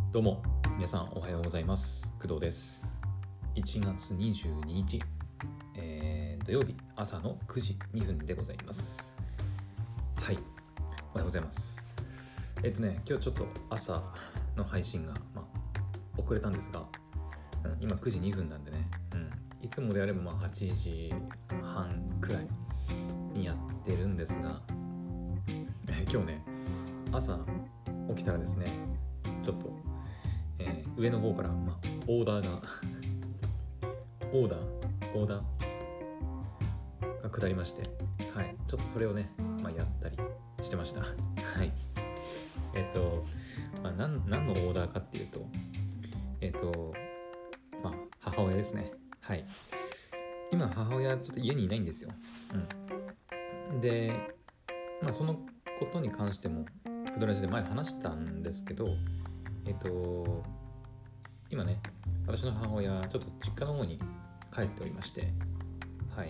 どうも皆さんおはようございます。工藤です。1月22日、土曜日朝の9時2分でございます。はい、おはようございます。今日ちょっと朝の配信が、遅れたんですが、今9時2分なんでね、いつもであれば8時半くらいにやってるんですが、今日ね朝起きたらですね、ちょっと上の方から、オーダーが下りまして、はい、ちょっとそれをね、やったりしてました。はい。何のオーダーかっていうと、母親ですね。はい。今母親ちょっと家にいないんですよ。で、そのことに関してもクドラジで前話したんですけど、今ね、私の母親ちょっと実家の方に帰っておりまして、はい、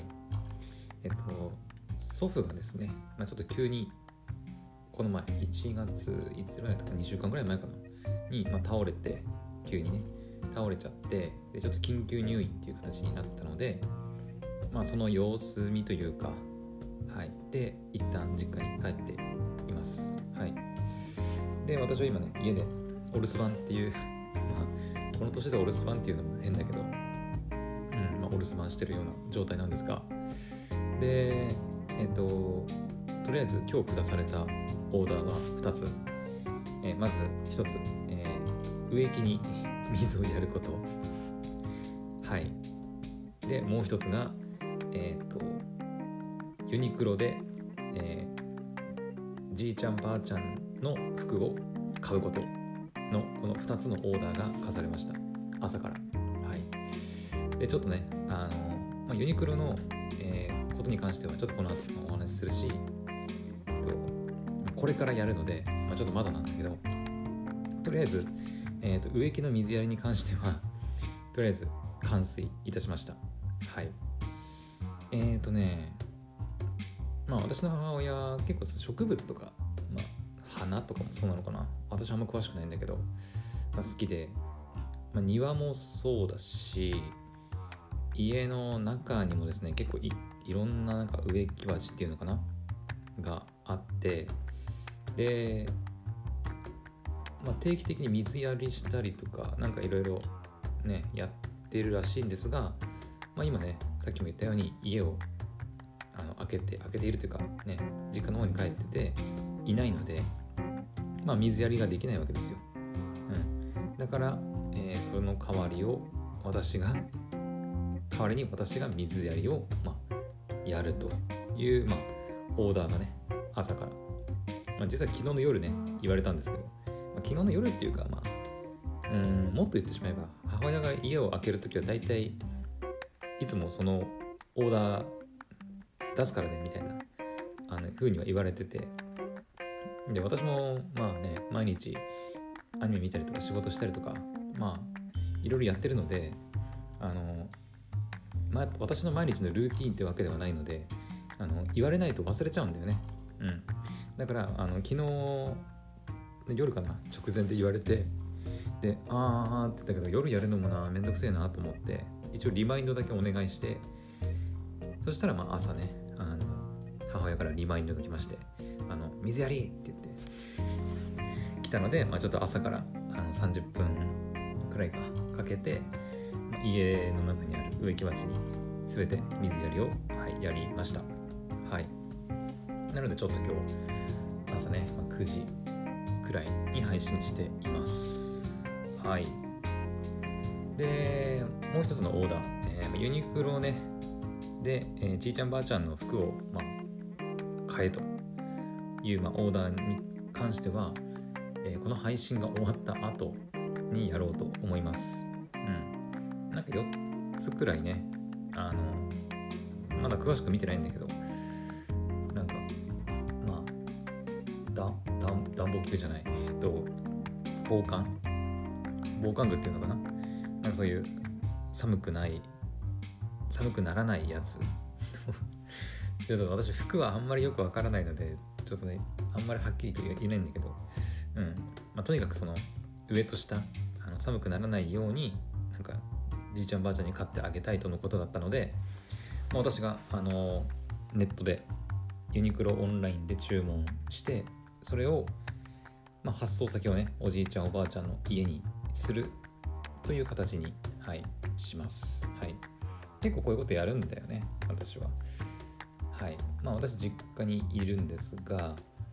祖父がですね、ちょっと急にこの前1月いつぐらいだったか2週間ぐらい前かなに、倒れて、急にね倒れちゃって、でちょっと緊急入院っていう形になったので、その様子見というか、はい、で一旦実家に帰っています。はい。で私は今ね家でお留守番っていうこの年でお留守番っていうのも変だけど、お留守番してるような状態なんですが、でとりあえず今日下されたオーダーが2つ、まず1つ、植木に水をやること、はい。でもう1つがユニクロで、じいちゃんばあちゃんの服を買うことのこの2つのオーダーが課されました。朝から。はい。でちょっとね、ユニクロの、ことに関してはちょっとこの後お話しするし、これからやるので、ちょっとまだなんだけど、とりあえず、植木の水やりに関してはとりあえず完遂いたしました。はい。私の母親結構植物とか、花とかもそうなのかな、私はあんま詳しくないんだけど、好きで、庭もそうだし、家の中にもですね結構 いろんな植木鉢っていうのかながあって、で、定期的に水やりしたりとかいろいろねやってるらしいんですが、今ねさっきも言ったように家を開けているというかね、実家の方に帰ってていないので、水やりができないわけですよ。だから、その代わりに私が水やりを、やるという、オーダーがね朝から、実は昨日の夜ね言われたんですけど、昨日の夜っていうか、もっと言ってしまえば母親が家を開けるときは大体いつもそのオーダー出すからねみたいな風には言われてて、で私も毎日アニメ見たりとか仕事したりとかいろいろやってるので、私の毎日のルーティーンってわけではないので、言われないと忘れちゃうんだよね。だから昨日夜かな直前で言われて、でって言ったけど夜やるのもめんどくせえなと思って、一応リマインドだけお願いして、そしたら朝ね母親からリマインドが来まして、水やりって言って来たので、ちょっと朝から30分くらいかけて家の中にある植木鉢に全て水やりを、やりました。はい。なのでちょっと今日朝ね、9時くらいに配信しています。はい。でもう一つのオーダー、ユニクロねで、じいちゃんばあちゃんの服を、買えという、オーダーに関しては、この配信が終わった後にやろうと思います。4つくらいね、まだ詳しく見てないんだけど、暖房器具じゃない、防寒具っていうのかな、そういう寒くならないやつちょっと私服はあんまりよくわからないのでちょっとねあんまりはっきりと言えないんだけど、とにかくその上と下寒くならないようになんかじいちゃんばあちゃんに買ってあげたいとのことだったので、私がネットでユニクロオンラインで注文して、それを、発送先をねおじいちゃんおばあちゃんの家にするという形に、します。結構こういうことやるんだよね、私は。私実家にいるんですが、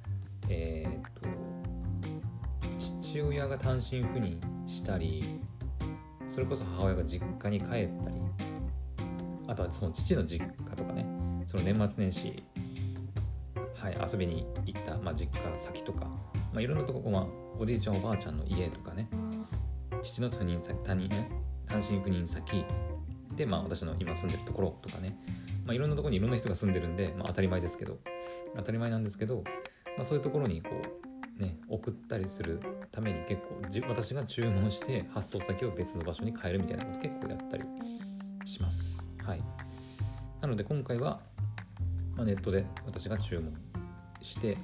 父親が単身赴任したり、それこそ母親が実家に帰ったり、あとはその父の実家とかね、その年末年始、遊びに行った、実家先とか、いろんなとこ、おじいちゃんおばあちゃんの家とかね、父の単身赴任先で、私の今住んでるところとかね、いろんなところにいろんな人が住んでるんで、当たり前なんですけど、そういうところにこうね送ったりするために結構私が注文して発送先を別の場所に変えるみたいなこと結構やったりします。なので今回は、ネットで私が注文して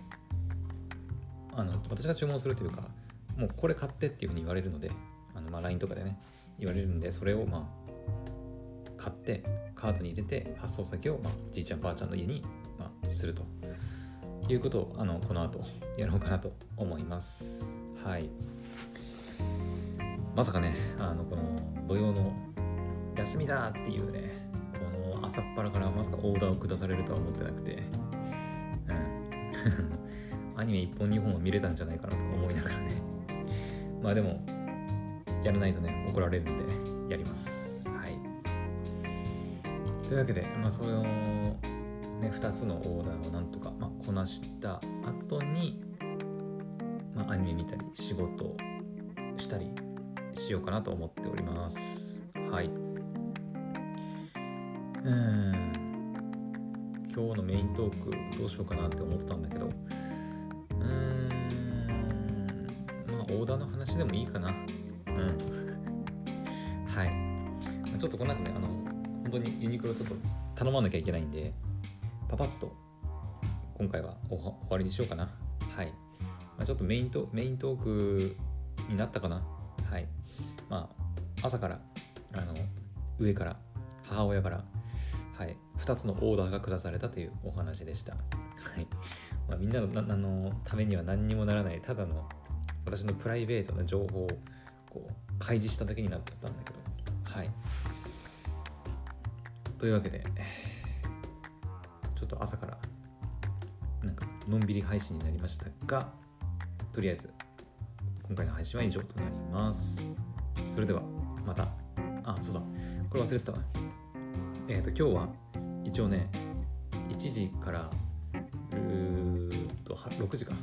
私が注文するというか、もうこれ買ってっていうふうに言われるので、LINE とかでね言われるんで、それを買ってカードに入れて発送先を、じいちゃんばあちゃんの家に、するということをこの後やろうかなと思います。まさかねこの土曜の休みだっていうね、この朝っぱらからまさかオーダーを下されるとは思ってなくて、アニメ1本2本は見れたんじゃないかなと思いながらねでもやらないとね怒られるんでやります。というわけで、それをね2つのオーダーをなんとか、こなした後に、アニメ見たり仕事したりしようかなと思っております。今日のメイントークどうしようかなって思ってたんだけど、オーダーの話でもいいかな。ちょっとこの後ね本当にユニクロちょっと頼まなきゃいけないんで、パパッと今回は終わりにしようかな。ちょっとメイントークになったかな。朝から上から母親から、2つのオーダーが下されたというお話でした。みんなのためには何にもならない、ただの私のプライベートな情報をこう開示しただけになっちゃったんだけど、というわけでちょっと朝からなんかのんびり配信になりましたが、とりあえず今回の配信は以上となります。それではまた。そうだ、これ忘れてたわ。今日は一応ね1時から6時か、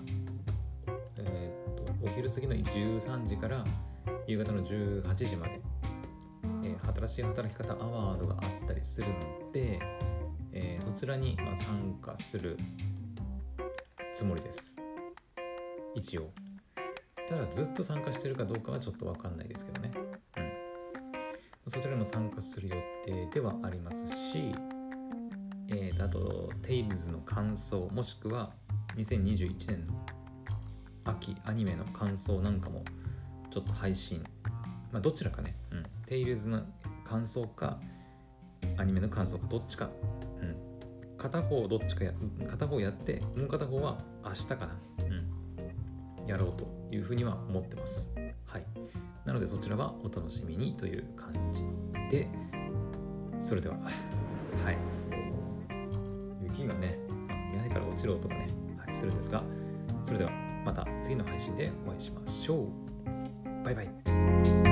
お昼過ぎの13時から夕方の18時まで、新しい働き方アワードがあったりするので、そちらに参加するつもりです。一応。ただずっと参加してるかどうかはちょっと分かんないですけどね。そちらにも参加する予定ではありますし、あとテイルズの感想、もしくは2021年の秋アニメの感想なんかもちょっと配信、どちらかね、テイルズの感想かアニメの感想かどっちか、片方やって、もう片方は明日かな、やろうというふうには思ってます。なのでそちらはお楽しみにという感じで、それでは雪がね屋根から落ちる音がね、するんですが、それではまた次の配信でお会いしましょう。バイバイ。